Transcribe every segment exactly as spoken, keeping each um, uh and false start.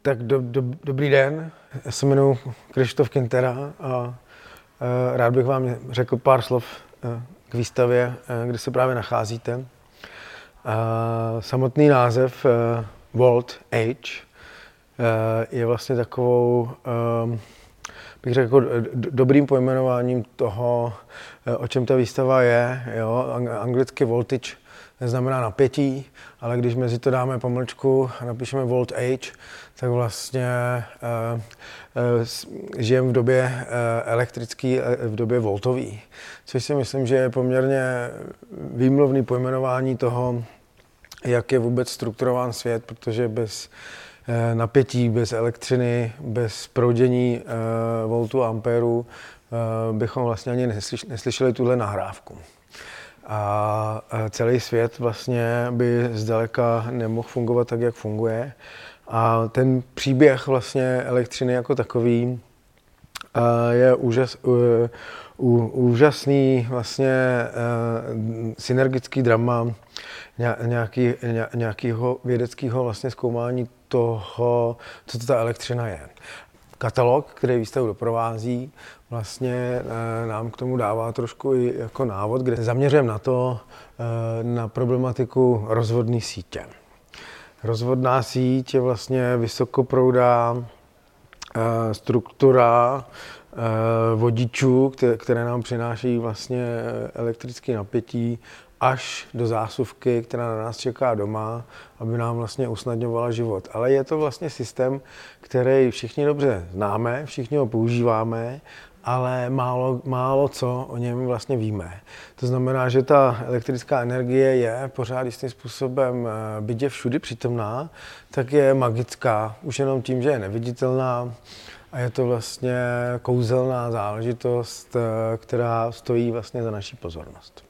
Tak do, do, dobrý den, já se jmenuji Krištof Kintera a e, rád bych vám řekl pár slov e, k výstavě, e, kde se právě nacházíte. E, samotný název e, Vault Age e, je vlastně takovou, e, bych řekl, jako dobrým pojmenováním toho, e, o čem ta výstava je. Jo? Anglicky voltage neznamená napětí, ale když mezi to dáme pomlčku a napíšeme Vault Age, tak vlastně uh, uh, žijeme v době uh, elektrický, v době voltový, což si myslím, že je poměrně výmluvný pojmenování toho, jak je vůbec strukturován svět, protože bez uh, napětí, bez elektřiny, bez proudění uh, voltů a ampérů uh, bychom vlastně ani neslyš- neslyšeli tuhle nahrávku. A celý svět vlastně by zdaleka nemohl fungovat tak, jak funguje. A ten příběh vlastně elektřiny jako takový je úžas, úžasný vlastně synergický drama nějaký, nějakého vědeckého vlastně zkoumání toho, co to ta elektřina je. Katalog, který výstavu doprovází, vlastně nám k tomu dává trošku i jako návod, kde zaměřujeme na to, na problematiku rozvodné sítě. Rozvodná síť je vlastně vysokoproudá struktura vodičů, které nám přináší vlastně elektrické napětí až do zásuvky, která na nás čeká doma, aby nám vlastně usnadňovala život. Ale je to vlastně systém, který všichni dobře známe, všichni ho používáme, ale málo, málo co o něm vlastně víme. To znamená, že ta elektrická energie je pořád jistým způsobem, byť je všudy přítomná, tak je magická, už jenom tím, že je neviditelná a je to vlastně kouzelná záležitost, která stojí vlastně za naší pozornost.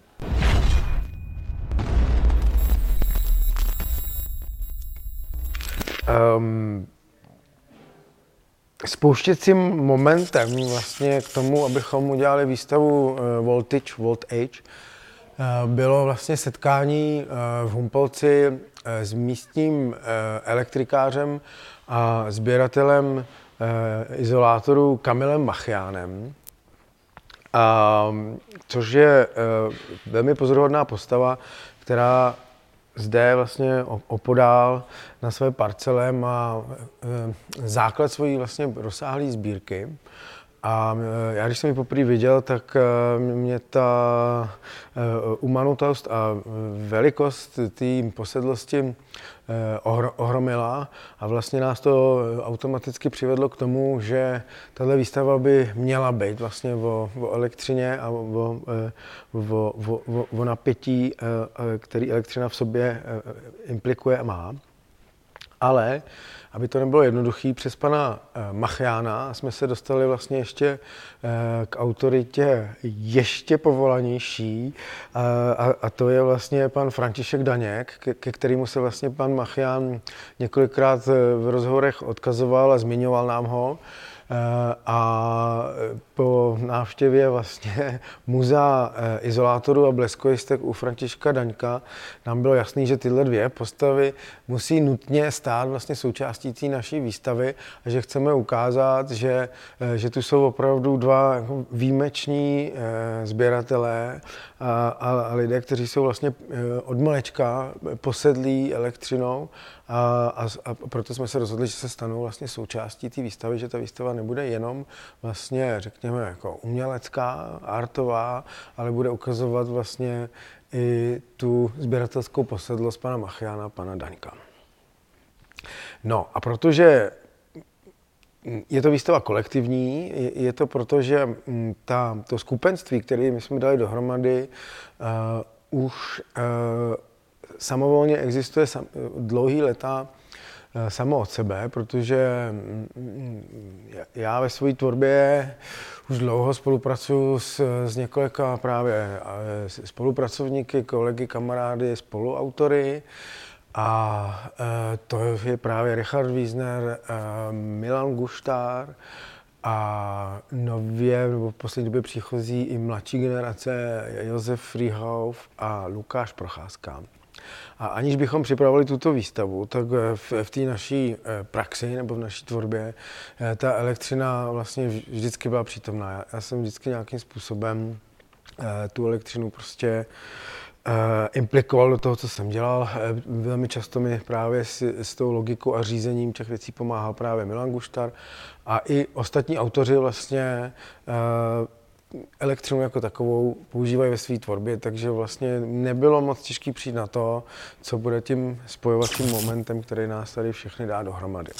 Um, Spouštěcím momentem vlastně k tomu, abychom udělali výstavu uh, Voltage, Vault Age, uh, bylo vlastně setkání uh, v Humpolci uh, s místním uh, elektrikářem a sběratelem uh, izolátorů Kamilem Machianem, uh, což je uh, velmi pozoruhodná postava, která zde vlastně opodál na své parcele má základ svojí vlastně rozsáhlé sbírky. A já, když jsem ji poprvé viděl, tak mě ta umanutost a velikost té posedlosti ohromila a vlastně nás to automaticky přivedlo k tomu, že tahle výstava by měla být vlastně o, o elektřině a o, o, o, o napětí, který elektřina v sobě implikuje a má. Ale aby to nebylo jednoduché, přes pana Machiana jsme se dostali vlastně ještě k autoritě ještě povolanější a, a to je vlastně pan František Daněk, ke, ke kterému se vlastně pan Machian několikrát v rozhovorech odkazoval a zmiňoval nám ho. A po návštěvě vlastně muzea izolátorů a bleskojistek u Františka Daňka nám bylo jasný, že tyhle dvě postavy musí nutně stát vlastně součástí té naší výstavy a že chceme ukázat, že, že tu jsou opravdu dva jako výjimeční sběratelé a, a, a lidé, kteří jsou vlastně od malečka posedlí elektřinou. A, a, a proto jsme se rozhodli, že se stanou vlastně součástí té výstavy, že ta výstava nebude jenom vlastně, řekněme, jako umělecká, artová, ale bude ukazovat vlastně i tu sběratelskou posedlost pana Machiana, pana Daňka. No a protože je to výstava kolektivní, je, je to proto, že ta, to skupenství, které my jsme dali dohromady, uh, už uh, samovolně existuje sam, dlouhý leta samo od sebe, protože já ve své tvorbě už dlouho spolupracuji s, s několika právě spolupracovníky, kolegy, kamarády, spoluautory a to je právě Richard Wiesner, Milan Guštár a nově, nebo v poslední době příchozí i mladší generace Josef Friehauf a Lukáš Procházka. A aniž bychom připravovali tuto výstavu, tak v, v té naší praxi nebo v naší tvorbě ta elektřina vlastně vždycky byla přítomná. Já, já jsem vždycky nějakým způsobem tu elektřinu prostě implikoval do toho, co jsem dělal. Velmi často mi právě s, s tou logikou a řízením těch věcí pomáhal právě Milan Guštar a i ostatní autoři vlastně elektřinu jako takovou používají ve své tvorbě, takže vlastně nebylo moc těžké přijít na to, co bude tím spojovacím momentem, který nás tady všechny dá dohromady.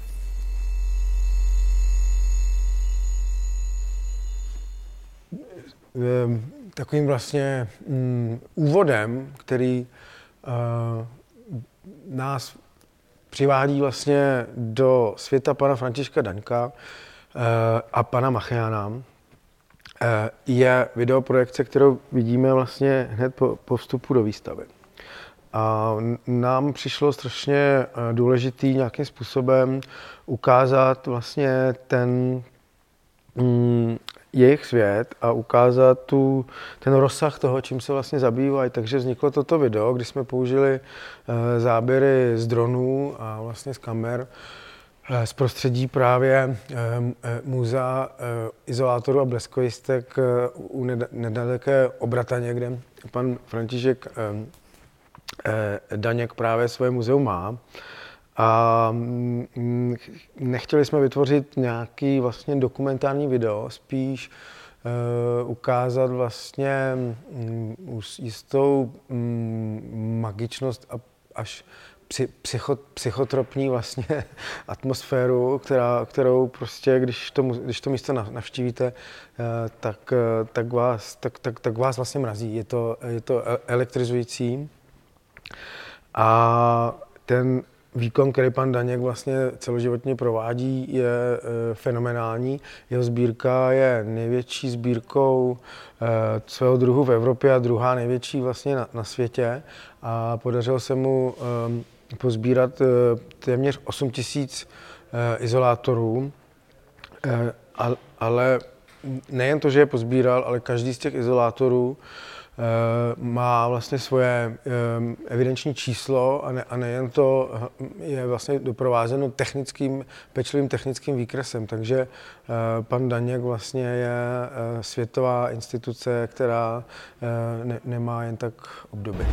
Takovým vlastně um, úvodem, který uh, nás přivádí vlastně do světa pana Františka Daňka uh, a pana Machiana, uh, je videoprojekce, kterou vidíme vlastně hned po, po vstupu do výstavy. A nám přišlo strašně důležitý nějakým způsobem ukázat vlastně ten um, jejich svět a ukázat tu, ten rozsah toho, čím se vlastně zabývají. Takže vzniklo toto video, kdy jsme použili e, záběry z dronů a vlastně z kamer e, z prostředí právě e, e, muzea e, izolátoru a bleskojistek e, u nedaleké Obrataně, kde pan František e, e, Daněk právě svoje muzeum má. A nechtěli jsme vytvořit nějaký vlastně dokumentární video, spíš uh, ukázat vlastně um, jistou um, magičnost a až psy, psycho, psychotropní vlastně atmosféru, která, kterou prostě, když to, když to místo navštívíte, uh, tak, uh, tak, vás, tak, tak, tak vás vlastně mrazí. Je to, je to elektrizující. A ten výkon, který pan Daněk vlastně celoživotně provádí, je e, fenomenální. Jeho sbírka je největší sbírkou e, svého druhu v Evropě a druhá největší vlastně na, na světě. A podařilo se mu e, pozbírat e, téměř osm tisíc e, izolátorů, e, a, ale nejen to, že je pozbíral, ale každý z těch izolátorů má vlastně svoje evidenční číslo a, ne, a nejen to je vlastně doprovázeno technickým, pečlivým technickým výkresem. Takže pan Daněk vlastně je světová instituce, která ne, nemá jen tak obdoby.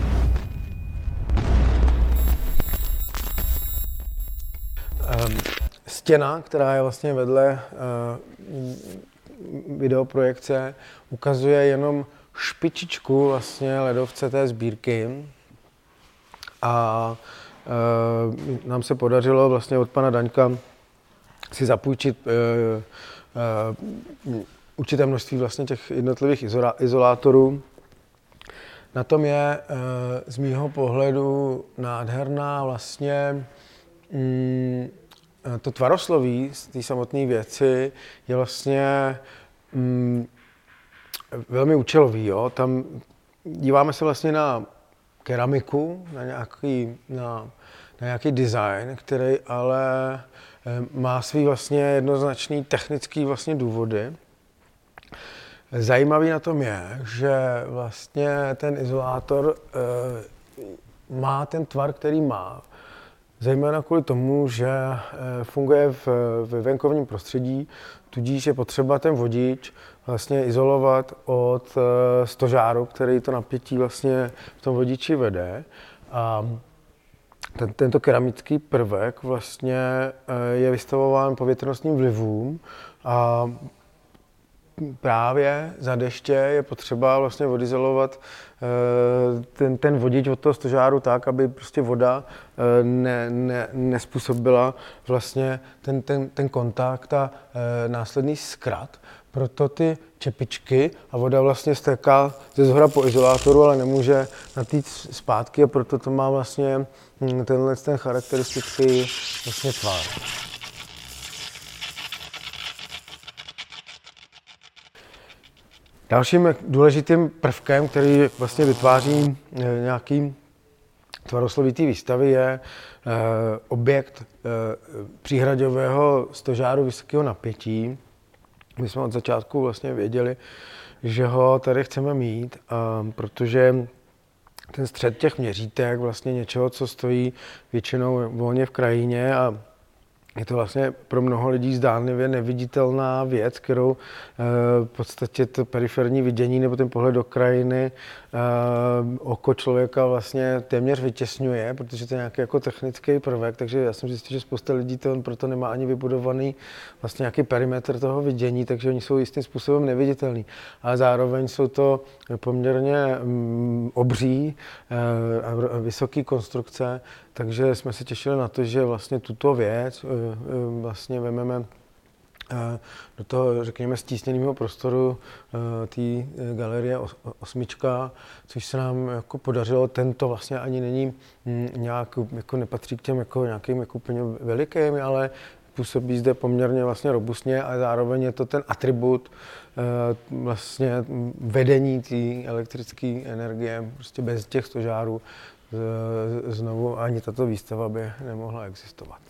Stěna, která je vlastně vedle videoprojekce, ukazuje jenom špičičku vlastně ledovce té sbírky a e, nám se podařilo vlastně od pana Daňka si zapůjčit e, e, určité množství vlastně těch jednotlivých izola, izolátorů. Na tom je e, z mýho pohledu nádherná vlastně mm, to tvarosloví z té samotné věci je vlastně mm, velmi účelový, jo. Tam díváme se vlastně na keramiku, na nějaký, na, na nějaký design, který ale má svý vlastně jednoznačný technický vlastně důvody. Zajímavý na tom je, že vlastně ten izolátor e, má ten tvar, který má. Zejména kvůli tomu, že funguje v, v venkovním prostředí, tudíž je potřeba ten vodič vlastně izolovat od stožáru, který to napětí vlastně v tom vodiči vede. A ten, tento keramický prvek vlastně je vystavován povětrnostním vlivům a právě za deště je potřeba vlastně odizolovat ten, ten vodič od toho stožáru tak, aby prostě voda ne, ne, nespůsobila vlastně ten, ten, ten kontakt a následný zkrat. Proto ty čepičky a voda vlastně stéká ze zhora po izolátoru, ale nemůže natýct zpátky a proto to má vlastně tenhle ten charakteristický vlastně tvar. Dalším důležitým prvkem, který vlastně vytváří nějaký tvarosloví té výstavy, je objekt příhradového stožáru vysokého napětí. My jsme od začátku vlastně věděli, že ho tady chceme mít, protože ten střed těch měřítek, vlastně něčeho, co stojí většinou volně v krajině a je to vlastně pro mnoho lidí zdánlivě neviditelná věc, kterou v podstatě to periferní vidění nebo ten pohled do krajiny oko člověka vlastně téměř vytěsňuje, protože to je nějaký jako technický prvek, takže já jsem zjistil, že spousta lidí to proto nemá ani vybudovaný vlastně nějaký perimetr toho vidění, takže oni jsou jistým způsobem neviditelní. Ale zároveň jsou to poměrně obří a vysoké konstrukce, takže jsme se těšili na to, že vlastně tuto věc vlastně vememe do toho, řekněme, stísněného prostoru té galerie Osmička, což se nám jako podařilo. Tento vlastně ani není nějak, jako nepatří k těm jako nějakým jako úplně velikým, ale působí zde poměrně vlastně robustně a zároveň je to ten atribut vlastně vedení té elektrické energie, prostě bez těch stožárů znovu ani tato výstava by nemohla existovat.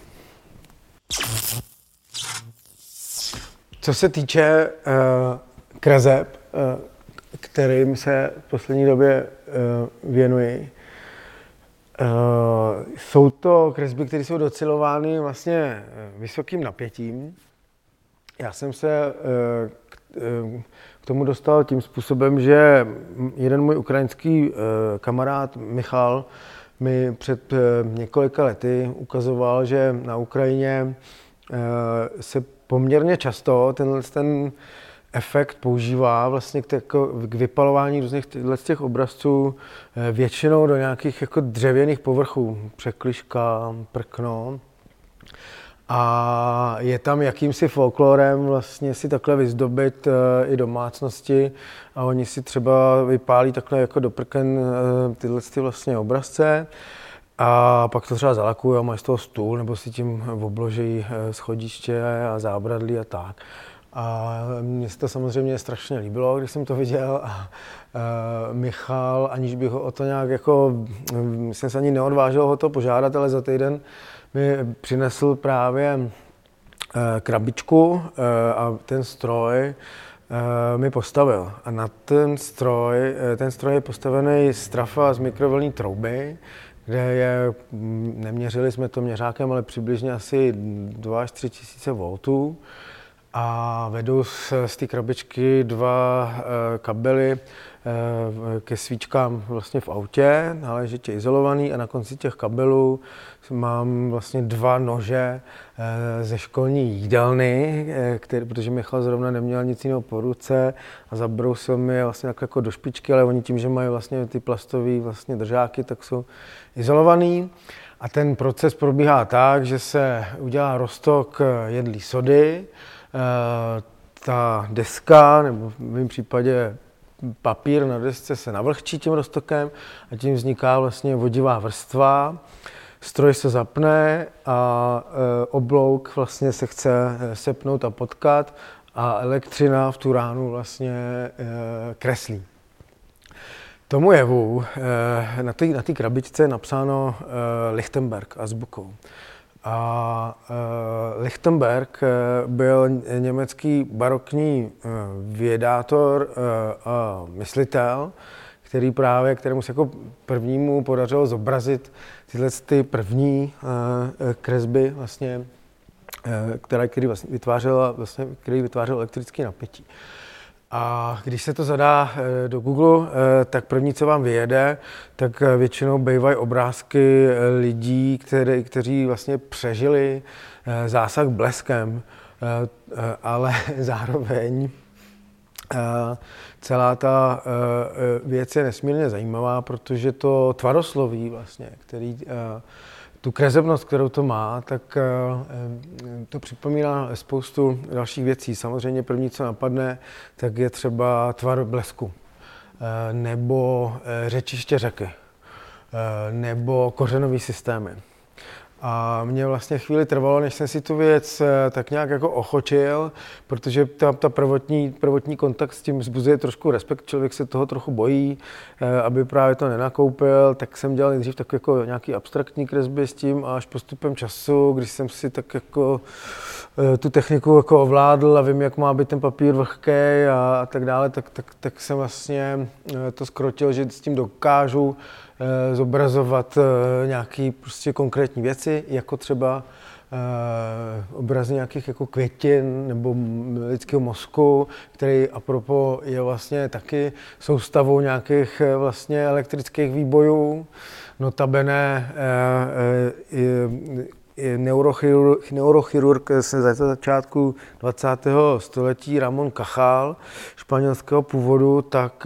Co se týče uh, kreseb, uh, kterým se v poslední době uh, věnuji, uh, jsou to kresby, které jsou docelovány vlastně vysokým napětím. Já jsem se uh, k, uh, k tomu dostal tím způsobem, že jeden můj ukrajinský uh, kamarád Michal mi před uh, několika lety ukazoval, že na Ukrajině uh, se poměrně často tenhle ten efekt používá vlastně k, jako, k vypalování různých těch obrazců většinou do nějakých jako dřevěných povrchů, překližka, prkno. A je tam jakýmsi folklorem vlastně si takhle vyzdobit uh, i domácnosti a oni si třeba vypálí takhle jako do prken uh, tyhle ty vlastně obrazce. A pak to třeba zalakují a mají z toho stůl, nebo si tím obloží schodiště a zábradlí a tak. A mně se to samozřejmě strašně líbilo, když jsem to viděl. A uh, Michal, aniž bych ho o to nějak jako, jsem se ani neodvážil ho to požádat, ale za týden mi přinesl právě uh, krabičku uh, a ten stroj uh, mi postavil. A na ten stroj, ten stroj je postavený z trafa z mikrovlnné trouby, kde je, neměřili jsme to měřákem, ale přibližně asi dva až tři tisíce voltů a vedou z, z té krabičky dva e, kabely e, ke svíčkám vlastně v autě, náležitě izolovaný a na konci těch kabelů mám vlastně dva nože e, ze školní jídelny, e, který, protože Michal zrovna neměl nic jiného po ruce a zabrousil mi je vlastně jako do špičky, ale oni tím, že mají vlastně ty plastové vlastně držáky, tak jsou izolovaný. A ten proces probíhá tak, že se udělá roztok jedlý sody, e, ta deska, nebo v mém případě papír na desce se navlhčí tím roztokem a tím vzniká vlastně vodivá vrstva. Stroj se zapne a e, oblouk vlastně se chce sepnout a potkat a elektřina v tu ránu vlastně e, kreslí. Tomu jevu e, na té na té krabičce je napsáno e, Lichtenberg azbukou. A e, Lichtenberg byl německý barokní e, vědátor e, a myslitel, který právě, kterému se jako prvnímu podařilo zobrazit tyhle ty první e, kresby, vlastně, e, která, který vlastně vytvářela, vlastně, který vytvářel elektrické napětí. A když se to zadá do Google, tak první, co vám vyjede, tak většinou bývají obrázky lidí, které, kteří vlastně přežili zásah bleskem, ale zároveň celá ta věc je nesmírně zajímavá, protože to tvarosloví vlastně, který tu kresebnost, kterou to má, tak to připomíná spoustu dalších věcí. Samozřejmě první, co napadne, tak je třeba tvar blesku, nebo řečiště řeky, nebo kořenové systémy. A mě vlastně chvíli trvalo, než jsem si tu věc tak nějak jako ochočil, protože ta, ta prvotní, prvotní kontakt s tím vzbuzuje trošku respekt, člověk se toho trochu bojí, aby právě to nenakoupil, tak jsem dělal nejdřív tak jako nějaký abstraktní kresby s tím a až postupem času, když jsem si tak jako tu techniku jako ovládl a vím, jak má být ten papír vlhký a, a tak dále, tak, tak, tak jsem vlastně to zkrotil, že s tím dokážu zobrazovat nějaké prostě konkrétní věci, jako třeba obrazy nějakých jako květin nebo lidského mozku, který apropos je vlastně taky soustavou nějakých vlastně elektrických výbojů. Notabene neurochirurg, neurochirurg z začátku dvacátého století Ramon Cajal, španělského původu, tak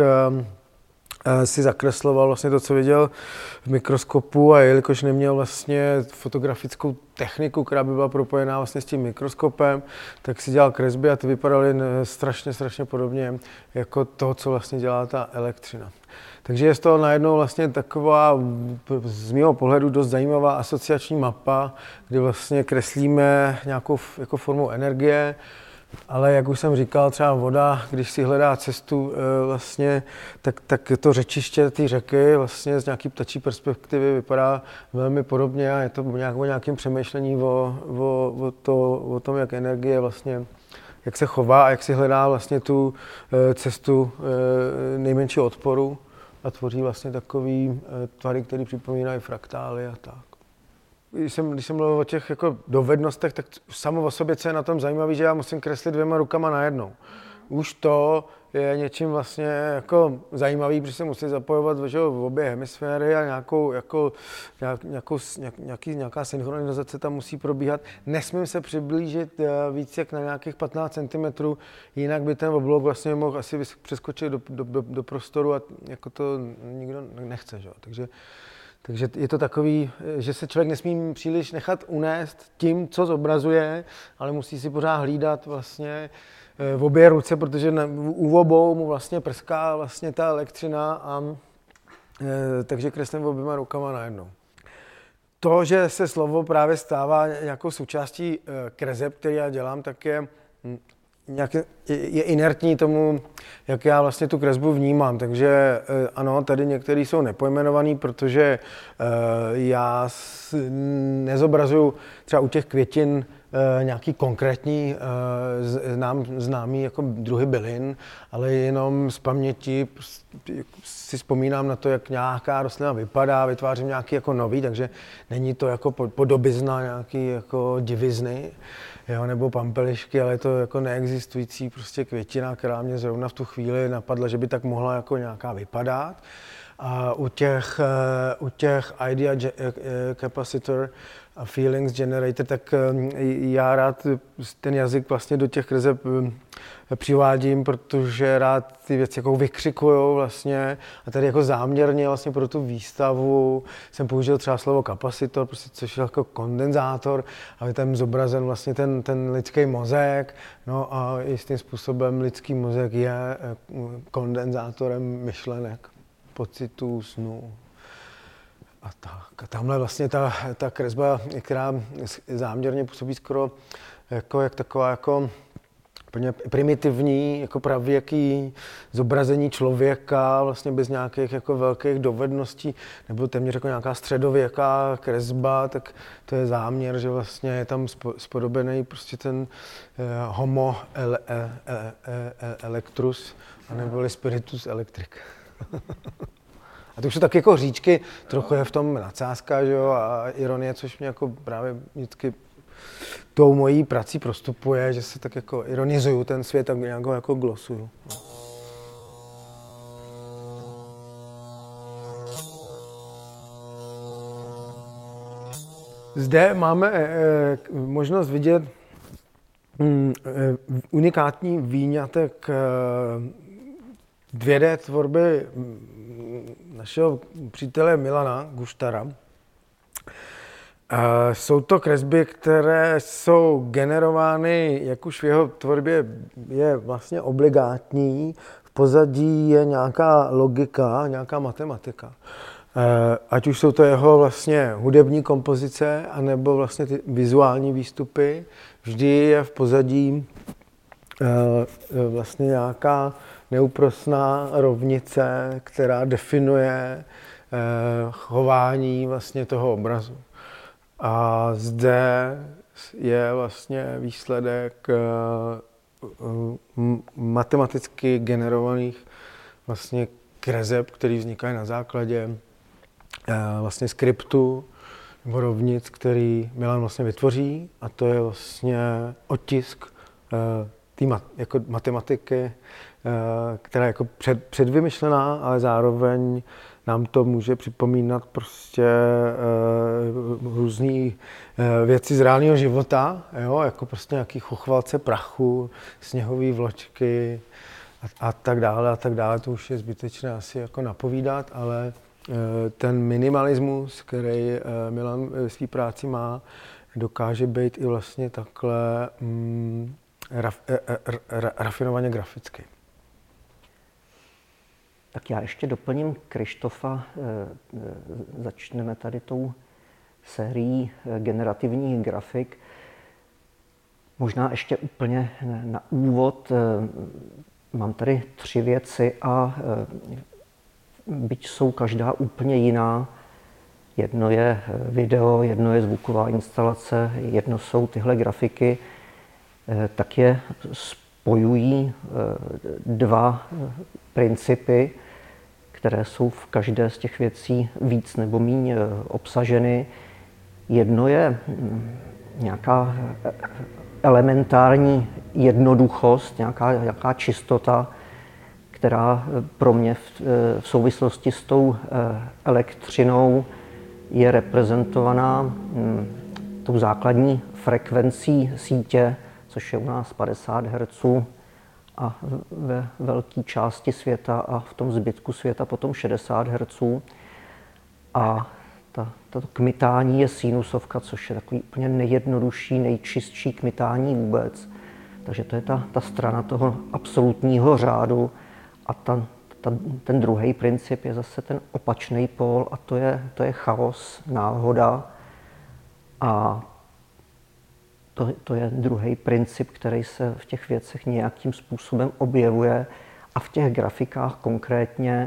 si zakresloval vlastně to, co viděl v mikroskopu, a jelikož neměl vlastně fotografickou techniku, která by byla propojená vlastně s tím mikroskopem, tak si dělal kresby a ty vypadaly strašně, strašně podobně jako to, co vlastně dělá ta elektřina. Takže je z toho najednou vlastně taková, z mého pohledu, dost zajímavá asociační mapa, kde vlastně kreslíme nějakou jako formu energie, ale jak už jsem říkal, třeba voda, když si hledá cestu vlastně, tak, tak to řečiště té řeky vlastně z nějaký ptačí perspektivy vypadá velmi podobně a je to nějak o nějakém přemýšlení o, o, o, to, o tom, jak energie vlastně, jak se chová a jak si hledá vlastně tu cestu nejmenšího odporu a tvoří vlastně takový tvary, které připomínají fraktály a tak. Když jsem, když jsem mluvil o těch jako dovednostech, tak samo o sobě, co je na tom zajímavé, že já musím kreslit dvěma rukama najednou. Už to je něčím vlastně jako zajímavý, protože se musí zapojovat že, v obě hemisféry a nějakou, jako, nějakou, nějaký, nějaká synchronizace tam musí probíhat. Nesmím se přiblížit víc jak na nějakých patnáct centimetrů, jinak by ten oblouk vlastně mohl asi přeskočit do, do, do, do prostoru a jako to nikdo nechce. Že? Takže Takže je to takový, že se člověk nesmí příliš nechat unést tím, co zobrazuje, ale musí si pořád hlídat vlastně v obě ruce, protože na, u obou mu vlastně prská vlastně ta elektřina a e, takže kreslím oběma rukama najednou. To, že se slovo právě stává nějakou součástí e, kreseb, který já dělám, tak je nějak je inertní tomu, jak já vlastně tu kresbu vnímám. Takže ano, tady některý jsou nepojmenovaný, protože já nezobrazuju třeba u těch květin nějaký konkrétní znám, známý jako druhy bylin, ale jenom z paměti si vzpomínám na to, jak nějaká rostlina vypadá, vytvářím nějaký jako nový, takže není to jako podobizna nějaký jako divizny. Jo, nebo pampelišky, ale je to jako neexistující prostě květina, která mě zrovna v tu chvíli napadla, že by tak mohla jako nějaká vypadat. A u těch, u těch idea capacitor a feelings generator, tak já rád ten jazyk vlastně do těch kreseb přivádím, protože rád ty věci jako vykřikuju vlastně a tady jako záměrně vlastně pro tu výstavu jsem použil třeba slovo kapacitor, prostě, což je jako kondenzátor a je tam zobrazen vlastně ten, ten lidský mozek, no a jistým způsobem lidský mozek je kondenzátorem myšlenek, pocitů, snů. A tak. A tamhle vlastně ta, ta kresba, která záměrně působí skoro jako, jak taková jako primitivní, jako pravěký zobrazení člověka, vlastně bez nějakých jako velkých dovedností, nebo téměř jako nějaká středověká kresba, tak to je záměr, že vlastně je tam spodobený prostě ten homo ele, ele, ele, electrus, anebo spiritus electric. A to už jsou tak jako říčky, trochu je v tom nadsázka, že jo, a ironie, což mě jako právě vždycky tou mojí prací prostupuje, že se tak jako ironizuju ten svět a nějak ho jako glosuju. Zde máme eh, možnost vidět hm, eh, unikátní výňatek eh, dvě dé tvorby našeho přítele Milana Guštara. Jsou to kresby, které jsou generovány, jak už v jeho tvorbě je vlastně obligátní, v pozadí je nějaká logika, nějaká matematika. Ať už jsou to jeho vlastně hudební kompozice, anebo vlastně ty vizuální výstupy, vždy je v pozadí vlastně nějaká neúprosná rovnice, která definuje chování vlastně toho obrazu. A zde je vlastně výsledek matematicky generovaných vlastně kreseb, které vznikají na základě vlastně skriptu nebo rovnic, který Milan vlastně vytvoří, a to je vlastně otisk té mat, jako matematiky, která je jako před, předvymyšlená, ale zároveň nám to může připomínat prostě uh, různé uh, věci z reálného života, jo? Jako prostě nějaký chuchvalce prachu, sněhové vločky a, a tak dále a tak dále. To už je zbytečné asi jako napovídat, ale uh, ten minimalismus, který uh, Milan ve své práci má, dokáže být i vlastně takhle um, raf, ra, ra, rafinovaně grafický. Tak já ještě doplním Krištofa. Začneme tady tou sérií generativních grafik. Možná ještě úplně na úvod. Mám tady tři věci a byť jsou každá úplně jiná. Jedno je video, jedno je zvuková instalace, jedno jsou tyhle grafiky, tak je spojují dva principy, které jsou v každé z těch věcí víc nebo míň obsaženy. Jedno je nějaká elementární jednoduchost, nějaká, nějaká čistota, která pro mě v, v souvislosti s tou elektřinou je reprezentovaná tou základní frekvencí sítě, což je u nás padesát hertzů, a ve velké části světa a v tom zbytku světa potom šedesát hertzů. A ta, tato kmitání je sinusovka, což je takový úplně nejjednodušší, nejčistší kmitání vůbec. Takže to je ta, ta strana toho absolutního řádu. A ta, ta, ten druhý princip je zase ten opačný pól, a to je, to je chaos, náhoda. A To, to je druhý princip, který se v těch věcech nějakým způsobem objevuje, a v těch grafikách konkrétně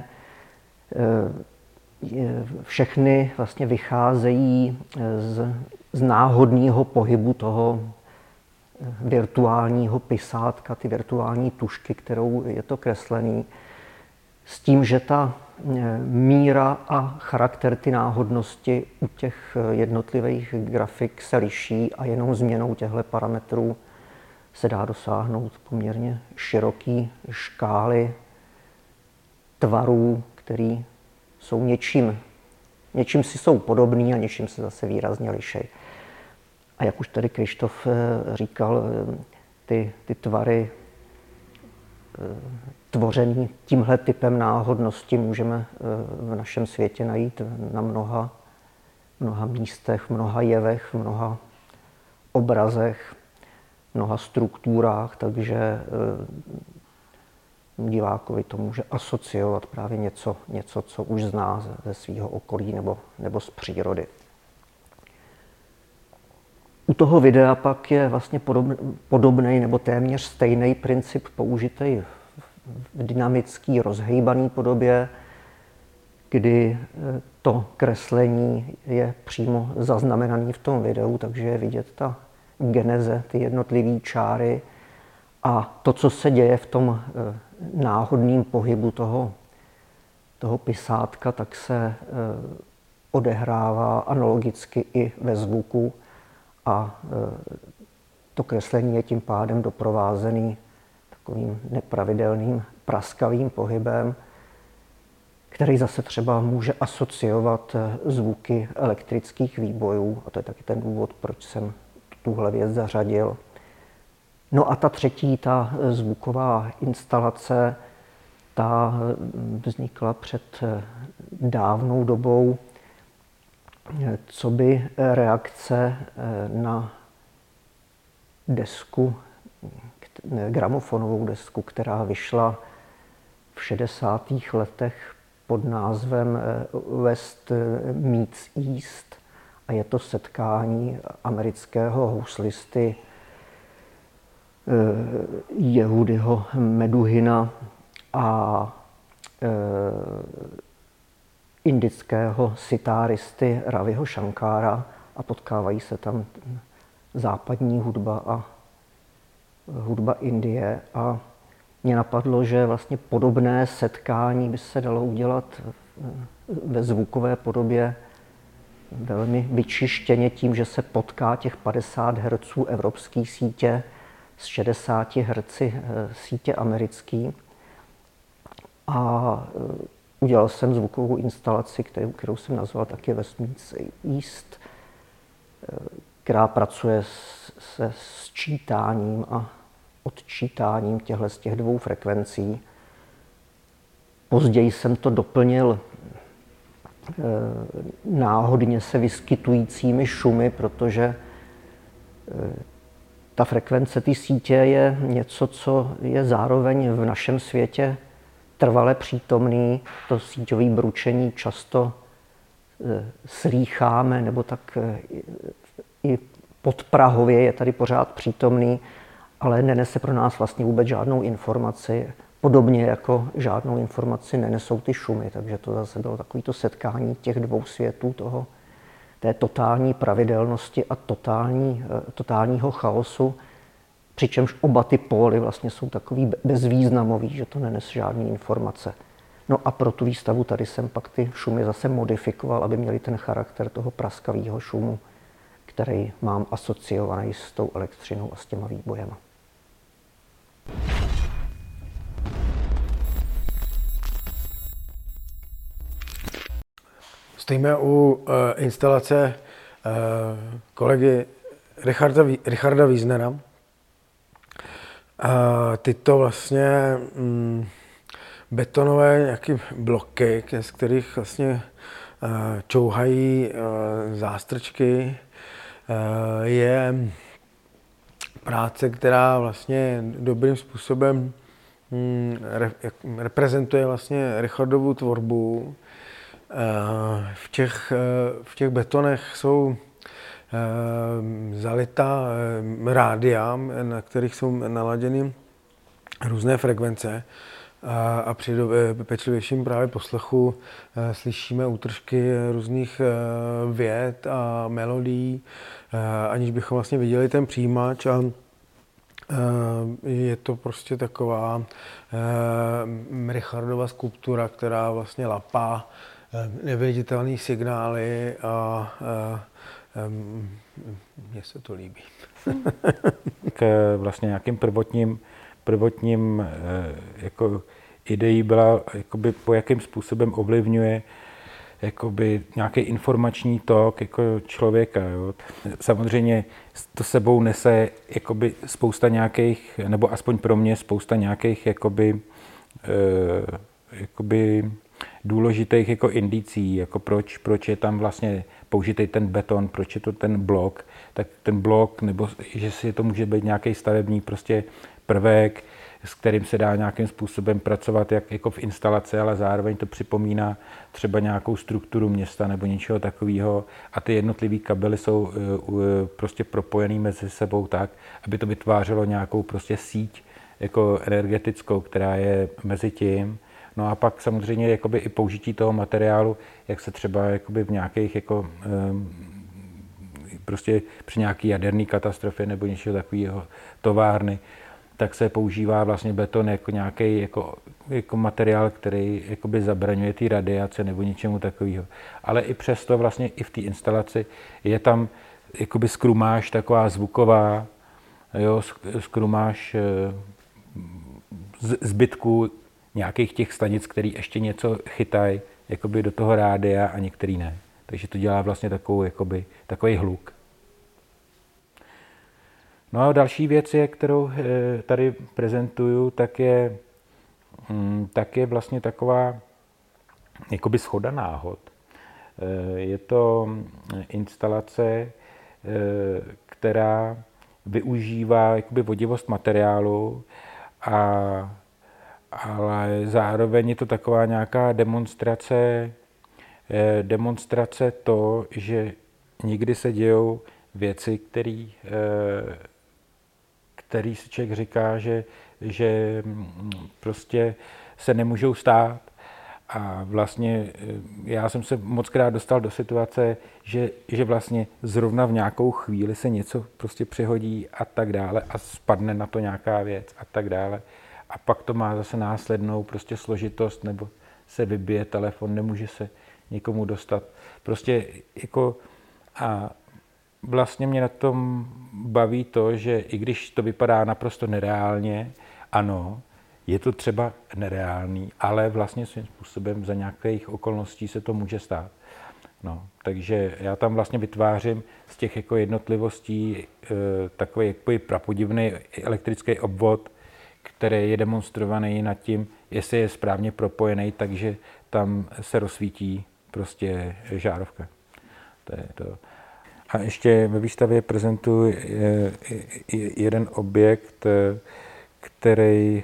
všechny vlastně vycházejí z, z náhodného pohybu toho virtuálního pisátka, ty virtuální tušky, kterou je to kreslený, s tím, že ta míra a charakter ty náhodnosti u těch jednotlivých grafik se liší a jenom změnou těchto parametrů se dá dosáhnout poměrně široký škály tvarů, které jsou něčím, něčím si jsou podobný a něčím se zase výrazně liší. A jak už tady Krištof říkal, ty, ty tvary tvořený tímhle typem náhodnosti můžeme v našem světě najít na mnoha, mnoha místech, mnoha jevech, mnoha obrazech, mnoha strukturách, takže divákovi to může asociovat právě něco, něco co už zná ze svého okolí nebo, nebo z přírody. U toho videa pak je vlastně podobný nebo téměř stejný princip použitý v dynamické, rozhejbané podobě, kdy to kreslení je přímo zaznamenané v tom videu, takže je vidět ta geneze, ty jednotlivé čáry a to, co se děje v tom náhodném pohybu toho, toho pisátka, tak se odehrává analogicky i ve zvuku a to kreslení je tím pádem doprovázený takovým nepravidelným praskavým pohybem, který zase třeba může asociovat zvuky elektrických výbojů. A to je taky ten důvod, proč jsem tuhle věc zařadil. No a ta třetí, ta zvuková instalace, ta vznikla před dávnou dobou, co by reakce na desku, gramofonovou desku, která vyšla v šedesátých letech pod názvem West meets East, a je to setkání amerického houslisty Jehudyho Meduhina a indického sitáristy Raviho Shankára, a potkávají se tam západní hudba a hudba Indie. A mě napadlo, že vlastně podobné setkání by se dalo udělat ve zvukové podobě velmi vyčištěně tím, že se potká těch padesát hertzů evropské sítě s šedesáti hertzy sítě americké. A udělal jsem zvukovou instalaci, kterou, kterou jsem nazval taky Westminster East, která pracuje se sčítáním a odčítáním těchto z těch dvou frekvencí. Později jsem to doplnil náhodně se vyskytujícími šumy, protože ta frekvence té sítě je něco, co je zároveň v našem světě trvale přítomný. To síťové bručení často slýcháme, nebo tak i podprahově je tady pořád přítomný, ale nenese pro nás vlastně vůbec žádnou informaci. Podobně jako žádnou informaci nenesou ty šumy, takže to zase bylo takovéto setkání těch dvou světů, toho, té totální pravidelnosti a totální, totálního chaosu, přičemž oba ty póly vlastně jsou takový bezvýznamový, že to nenese žádné informace. No a pro tu výstavu tady jsem pak ty šumy zase modifikoval, aby měly ten charakter toho praskavého šumu, který mám asociovaný s tou elektřinou a s těma výbojema. Stojíme u uh, instalace uh, kolegy Richarda, Richarda Wiesnera. Uh, tyto vlastně um, betonové nějaké bloky, z kterých vlastně uh, čouhají uh, zástrčky, uh, je práce, která vlastně dobrým způsobem um, re, reprezentuje vlastně Richardovu tvorbu. V těch, v těch betonech jsou zalitá rádia, na kterých jsou naladěny různé frekvence a při pečlivějším právě poslechu slyšíme útržky různých vět a melodií, aniž bychom vlastně viděli ten přijímač. A je to prostě taková Richardova skulptura, která vlastně lapá neviditelné signály a, a, a mně se to líbí. K vlastně nějakým prvotním, prvotním jako ideí byla, jakoby, po jakým způsobem ovlivňuje jakoby, nějaký informační tok jako člověka. Jo. Samozřejmě to sebou nese jakoby, spousta nějakých, nebo aspoň pro mě spousta nějakých jakoby, e, jakoby, důležitých jako indicí, jako proč, proč je tam vlastně použitý ten beton, proč je to ten blok, tak ten blok, nebo že si to může být nějaký stavební prostě prvek, s kterým se dá nějakým způsobem pracovat jak jako v instalaci, ale zároveň to připomíná třeba nějakou strukturu města nebo něčeho takového a ty jednotlivé kabely jsou prostě propojený mezi sebou tak, aby to vytvářelo nějakou prostě síť jako energetickou, která je mezi tím. No a pak samozřejmě jakoby i použití toho materiálu, jak se třeba jakoby v nějakých jako prostě při nějaký jaderné katastrofě nebo něčeho takového továrny, tak se používá vlastně beton jako nějaký jako, jako materiál, který jakoby zabraňuje té radiace nebo něčemu takového. Ale i přesto vlastně i v té instalaci je tam jakoby skrumáž taková zvuková, jo, skrumáž zbytků nějakých těch stanic, který ještě něco chytají jakoby do toho rádia a některý ne. Takže to dělá vlastně takovou, jakoby, takový hluk. No a další věc, je, kterou tady prezentuju, tak je, tak je vlastně taková jakoby shoda náhod. Je to instalace, která využívá jakoby vodivost materiálu, a, ale zároveň je to taková nějaká demonstrace, demonstrace to, že někdy se dějou věci, které který si člověk říká, že, že prostě se nemůžou stát. A vlastně já jsem se mockrát dostal do situace, že, že vlastně zrovna v nějakou chvíli se něco prostě přihodí a tak dále a spadne na to nějaká věc a tak dále. A pak to má zase následnou prostě složitost, nebo se vybije telefon, nemůže se někomu dostat. Prostě jako a vlastně mě na tom baví to, že i když to vypadá naprosto nereálně, ano, je to třeba nereálný, ale vlastně svým způsobem za nějakých okolností se to může stát. No, takže já tam vlastně vytvářím z těch jako jednotlivostí e, takový jako prapodivný elektrický obvod, který je demonstrovaný nad tím, jestli je správně propojený, takže tam se rozsvítí prostě žárovka. To je to. A ještě ve výstavě prezentuji jeden objekt, který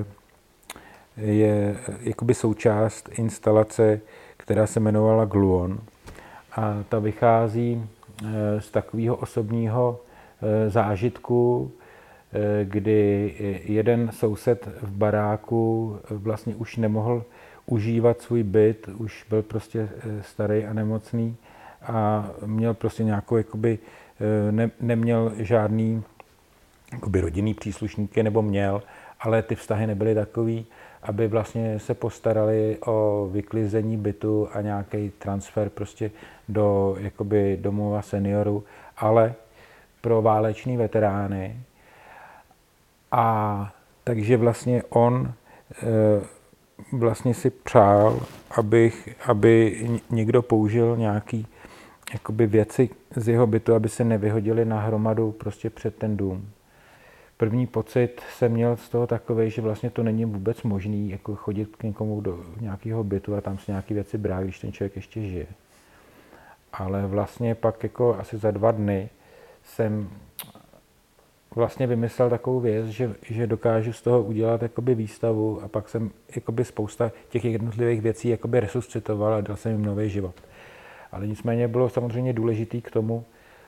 je jakoby součást instalace, která se jmenovala Gluon. A ta vychází z takového osobního zážitku, kdy jeden soused v baráku vlastně už nemohl užívat svůj byt, už byl prostě starý a nemocný a měl prostě nějakou, jakoby, ne, neměl žádný jakoby rodinný příslušníky, nebo měl, ale ty vztahy nebyly takový, aby vlastně se postarali o vyklizení bytu a nějaký transfer prostě do jakoby domova seniorů, ale pro váleční veterány. A takže vlastně on e, vlastně si přál, abych, aby někdo použil nějaký jakoby věci z jeho bytu, aby se nevyhodili na hromadu prostě před ten dům. První pocit jsem měl z toho takovej, že vlastně to není vůbec možný jako chodit k někomu do nějakého bytu a tam si nějaké věci brát, když ten člověk ještě žije. Ale vlastně pak jako asi za dva dny jsem vlastně vymyslel takovou věc, že, že dokážu z toho udělat jakoby výstavu a pak jsem jakoby spousta těch jednotlivých věcí jakoby resuscitoval a dal jsem jim nový život. Ale nicméně bylo samozřejmě důležitý k tomu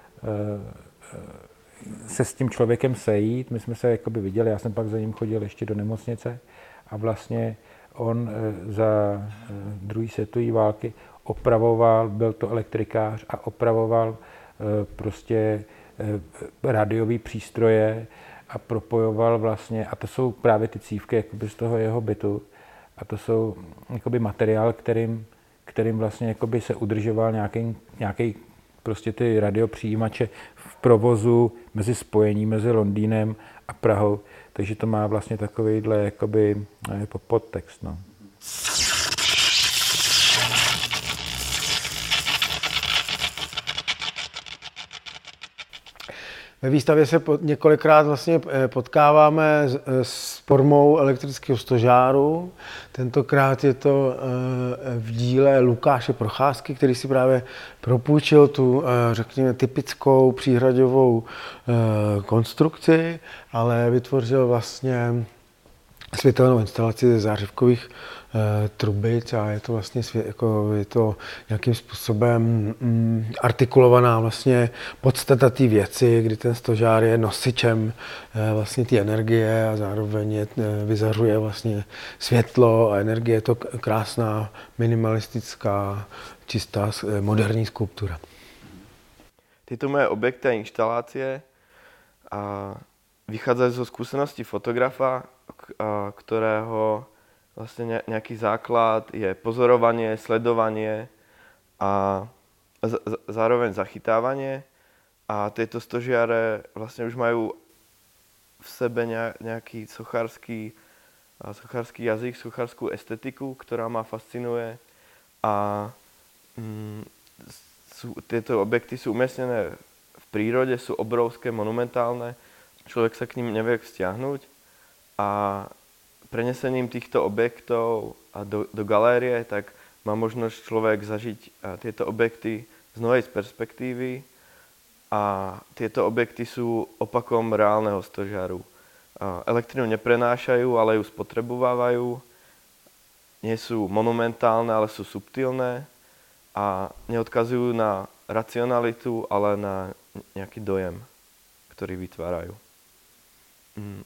se s tím člověkem sejít. My jsme se jakoby viděli, já jsem pak za ním chodil ještě do nemocnice a vlastně on za druhé světové války opravoval, byl to elektrikář a opravoval prostě rádiové přístroje a propojoval vlastně, a to jsou právě ty cívky jakoby z toho jeho bytu a to jsou jakoby materiál, kterým, kterým vlastně jakoby se udržoval nějaký, nějaký prostě ty radiopřijímače v provozu mezi spojení mezi Londýnem a Prahou, takže to má vlastně takovýhle jakoby podtext. No. Ve výstavě se několikrát vlastně potkáváme s, s formou elektrického stožáru. Tentokrát je to v díle Lukáše Procházky, který si právě propůjčil tu, řekněme, typickou příhradovou konstrukci, ale vytvořil vlastně světelnou instalaci ze zářivkových e, trubic a je to vlastně svě, jako, je to nějakým způsobem mm, artikulovaná vlastně podstata té věci, kdy ten stožár je nosičem e, vlastně té energie a zároveň je, e, vyzařuje vlastně světlo a energie. Je to krásná, minimalistická, čistá, e, moderní skulptura. Tyto moje objekty a inštalácie a vychádzajú zo skúsenosti fotografa, ktorého vlastne nejaký základ je pozorovanie, sledovanie a zároveň zachytávanie. A tieto stožiare vlastne už majú v sebe nejaký sochársky, sochársky jazyk, sochárskú estetiku, ktorá ma fascinuje. A mm, sú, tieto objekty sú umiestnené v prírode, sú obrovské, monumentálne. Človek sa k ním nevie vzťahnuť a prenesením týchto objektov a do, do galérie tak má možnosť človek zažiť tieto objekty z novej perspektívy a tieto objekty sú opakom reálneho stožáru. Elektrinu neprenášajú, ale ju spotrebovávajú. Nie sú monumentálne, ale sú subtilné a neodkazujú na racionalitu, ale na nejaký dojem, ktorý vytvárajú. Mm.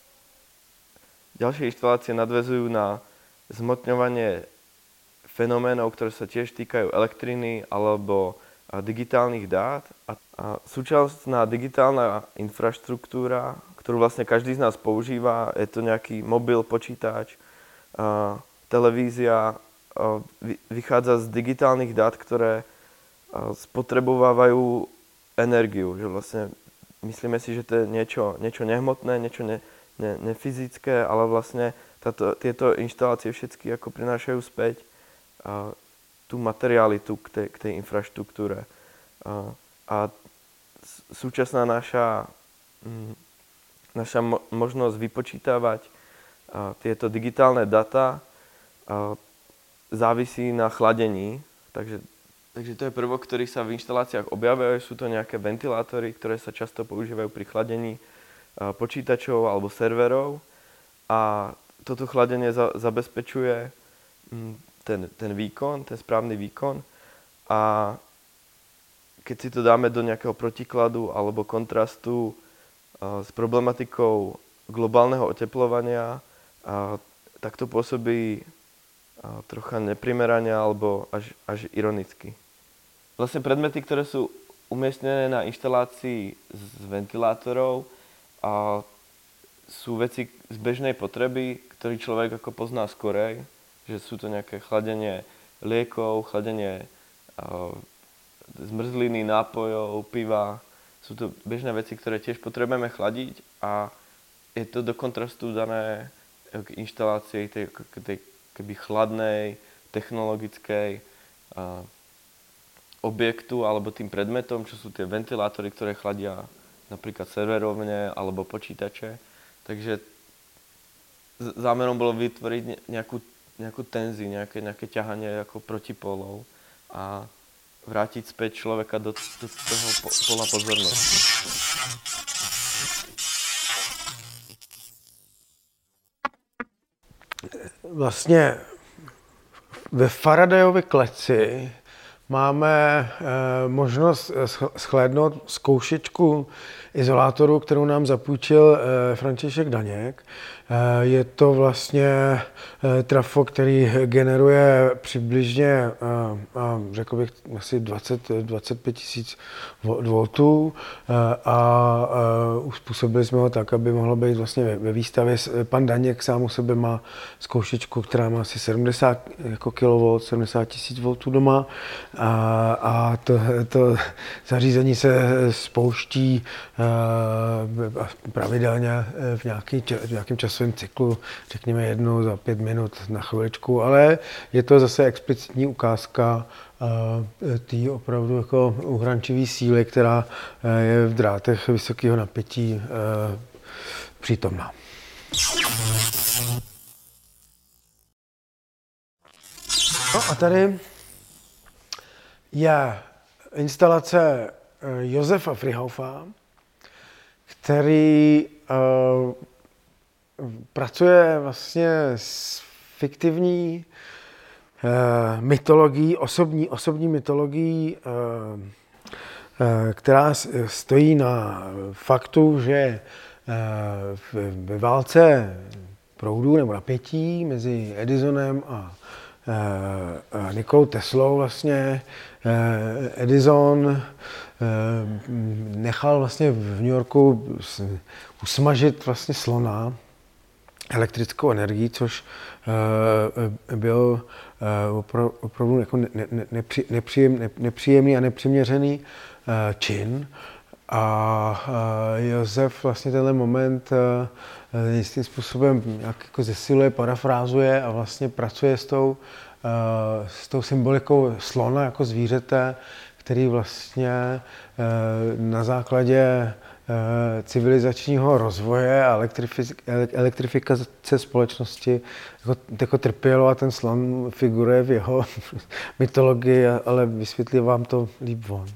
Ďalšie inštalácie nadväzujú na zmotňovanie fenoménov, ktoré sa tiež týkajú elektriny alebo digitálnych dát. A, a súčasná digitálna infraštruktúra, ktorú vlastne každý z nás používa, je to nejaký mobil, počítač, a televízia, vychádza z digitálnych dát, ktoré spotrebovávajú energiu. Že vlastne myslíme si, že to je niečo, niečo nehmotné, niečo ne, ne, nefyzické, ale vlastne táto, tieto inštalácie všetky ako prinášajú späť a, tú materialitu k tej, k tej infraštruktúre. A, a súčasná naša, m, naša mo, možnosť vypočítavať a, tieto digitálne data a, závisí na chladení. Takže, takže to je prvok, ktorý sa v inštaláciách objavuje. Sú to nejaké ventilátory, ktoré sa často používajú pri chladení a, počítačov alebo serverov. A toto chladenie za, zabezpečuje m, ten, ten výkon, ten správny výkon. A keď si to dáme do nejakého protikladu alebo kontrastu a, s problematikou globálneho oteplovania, a, tak to pôsobí a, trocha neprimerane alebo až, až ironicky. Vlastne predmety, ktoré sú umiestnené na inštalácii z ventilátorov, a, sú veci z bežnej potreby, ktorý človek ako pozná skorej, že sú to nejaké chladenie liekov, chladenie uh, zmrzliny, nápojov, piva. Sú to bežné veci, ktoré tiež potrebujeme chladiť a je to do kontrastu dané k inštalácii tej, tej keby chladnej, technologickej uh, objektu alebo tým predmetom, čo sú tie ventilátory, ktoré chladia napríklad serverovne alebo počítače. Takže zámerom bolo vytvoriť nejakú, nejakú tenziu, nejaké, nejaké ťahanie ako protipólov a vrátiť späť človeka do, do toho pola pozornosti. Vlastně ve Faradayově kleci máme e, možnost shlédnout zkoušečku izolátoru, kterou nám zapůjčil e, František Daněk. E, je to vlastně e, trafo, který generuje přibližně, e, a řekl bych, asi dvacet až dvacet pět tisíc voltů e, a e, uspůsobili jsme ho tak, aby mohlo být vlastně ve, ve výstavě. Pan Daněk sám u sebe má zkoušečku, která má asi sedmdesát jako kilovolt, sedmdesát tisíc voltů doma. A, a to, to zařízení se spouští uh, pravidelně v, nějaký, v nějakém časovém cyklu, řekněme jednou za pět minut na chviličku, ale je to zase explicitní ukázka uh, té opravdu jako uhrančivé síly, která uh, je v drátech vysokého napětí uh, přítomná. No a tady je instalace Josefa Frihaufa, který uh, pracuje vlastně s fiktivní uh, mytologií, osobní, osobní mytologií, uh, uh, která stojí na faktu, že uh, ve válce proudů nebo napětí mezi Edisonem a Uh, Nikolou Teslou vlastně uh, Edison uh, nechal vlastně v New Yorku usmažit vlastně slona elektrickou energií, což uh, byl uh, opra- opravdu jako ne- ne- nepři- nepříjem- ne- nepříjemný a nepřiměřený uh, čin. A uh, Josef vlastně tenhle moment uh, jistým způsobem nějak jako zesiluje, parafrázuje a vlastně pracuje s tou, uh, s tou symbolikou slona jako zvířete, který vlastně uh, na základě uh, civilizačního rozvoje a elektrifi- elektrifikace společnosti jako, jako trpělo a ten slon figuruje v jeho mytologii, ale vysvětlí vám to líp on.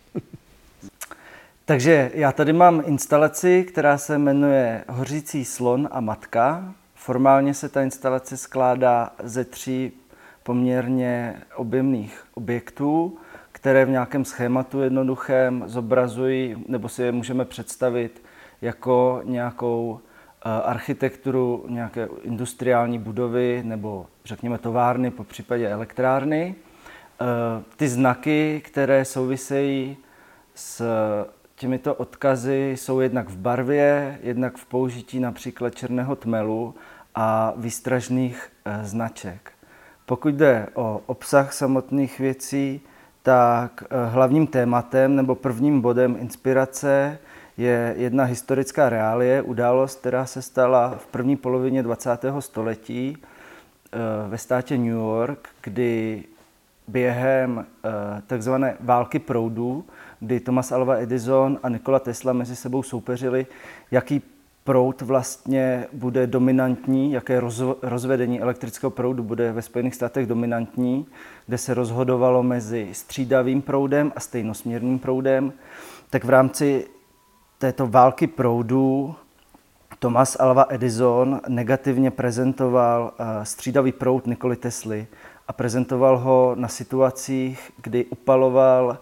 Takže já tady mám instalaci, která se jmenuje Hořící slon a matka. Formálně se ta instalace skládá ze tří poměrně objemných objektů, které v nějakém schématu jednoduchém zobrazují, nebo si je můžeme představit jako nějakou architekturu nějaké industriální budovy nebo řekněme továrny, po případě elektrárny. Ty znaky, které souvisejí s těmito odkazy, jsou jednak v barvě, jednak v použití například černého tmelu a výstražných značek. Pokud jde o obsah samotných věcí, tak hlavním tématem nebo prvním bodem inspirace je jedna historická reálie, událost, která se stala v první polovině dvacátého století ve státě New York, kdy během takzvané války proudů, kdy Thomas Alva Edison a Nikola Tesla mezi sebou soupeřili, jaký proud vlastně bude dominantní, jaké rozvedení elektrického proudu bude ve Spojených státech dominantní, kde se rozhodovalo mezi střídavým proudem a stejnosměrným proudem, tak v rámci této války proudů Thomas Alva Edison negativně prezentoval střídavý proud Nikoly Tesly a prezentoval ho na situacích, kdy upaloval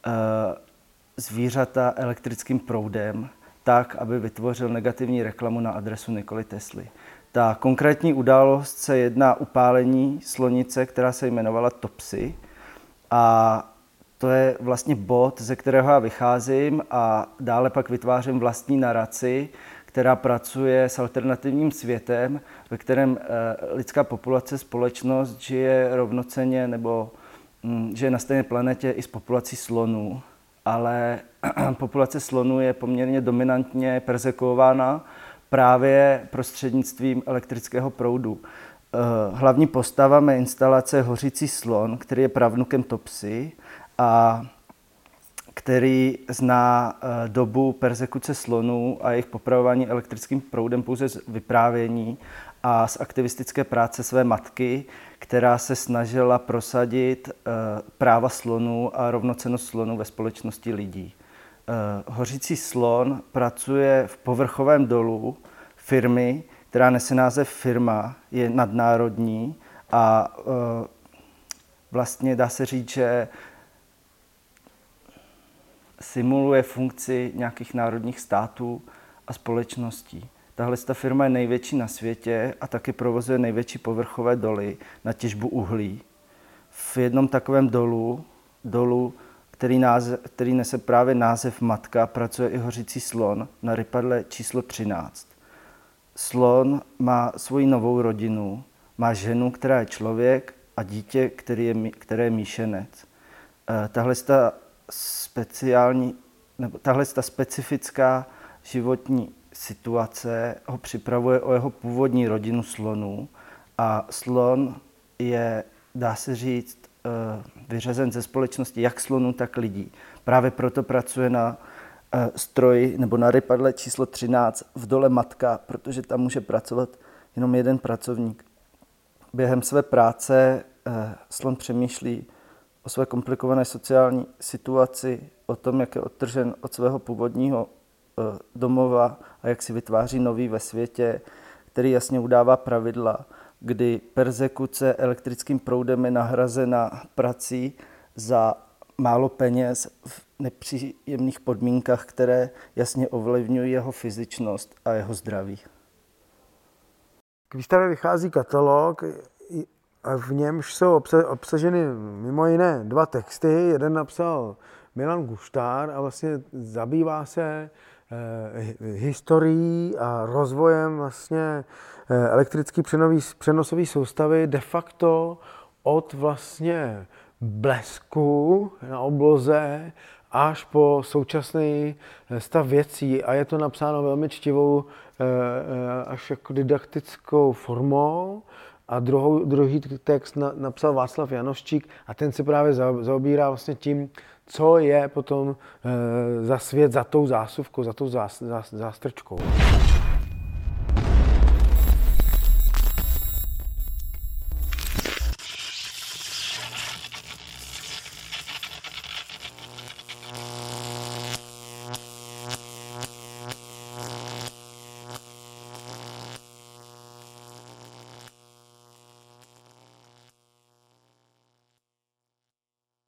zvířata elektrickým proudem, tak, aby vytvořil negativní reklamu na adresu Nikoly Tesly. Ta konkrétní událost se jedná o upálení slonice, která se jmenovala Topsy. A to je vlastně bod, ze kterého já vycházím a dále pak vytvářím vlastní naraci, která pracuje s alternativním světem, ve kterém lidská populace, společnost žije rovnocenně nebo žije na stejné planetě i s populací slonů. Ale populace slonů je poměrně dominantně perzekuována právě prostřednictvím elektrického proudu. Hlavní postava mé instalace je hořící slon, který je pravnukem Topsy a který zná dobu perzekuce slonů a jejich popravování elektrickým proudem pouze z vyprávění a z aktivistické práce své matky, která se snažila prosadit práva slonů a rovnocennost slonů ve společnosti lidí. Hořící slon pracuje v povrchovém dolu firmy, která nese název Firma, je nadnárodní a vlastně dá se říct, že simuluje funkci nějakých národních států a společností. Tahle ta firma je největší na světě a taky provozuje největší povrchové doly na těžbu uhlí. V jednom takovém dolu, dolu který, název, který nese právě název Matka, pracuje i hořící slon na rypadle číslo třináct. Slon má svoji novou rodinu, má ženu, která je člověk a dítě, který je, které je míšenec. Tahle ta speciální, nebo tahle ta specifická životní situace ho připravuje o jeho původní rodinu slonů a slon je, dá se říct, vyřazen ze společnosti jak slonů, tak lidí. Právě proto pracuje na stroji nebo na rypadle číslo třináct v dole Matka, protože tam může pracovat jenom jeden pracovník. Během své práce slon přemýšlí o své komplikované sociální situaci, o tom, jak je odtržen od svého původního domova a jak si vytváří nový ve světě, který jasně udává pravidla, kdy perzekuce elektrickým proudem je nahrazena prací za málo peněz v nepříjemných podmínkách, které jasně ovlivňují jeho fyzičnost a jeho zdraví. K výstavě vychází katalog a v němž jsou obsaženy mimo jiné dva texty. Jeden napsal Milan Guštár a vlastně zabývá se historií a rozvojem vlastně elektrické přenosové soustavy de facto od vlastně blesku na obloze až po současný stav věcí a je to napsáno velmi čtivou až jako didaktickou formou. A druhou, druhý text na, napsal Václav Janoščík a ten se právě zaobírá vlastně tím, co je potom e, za svět, za tou zásuvkou, za tou zás, zás, zástrčkou.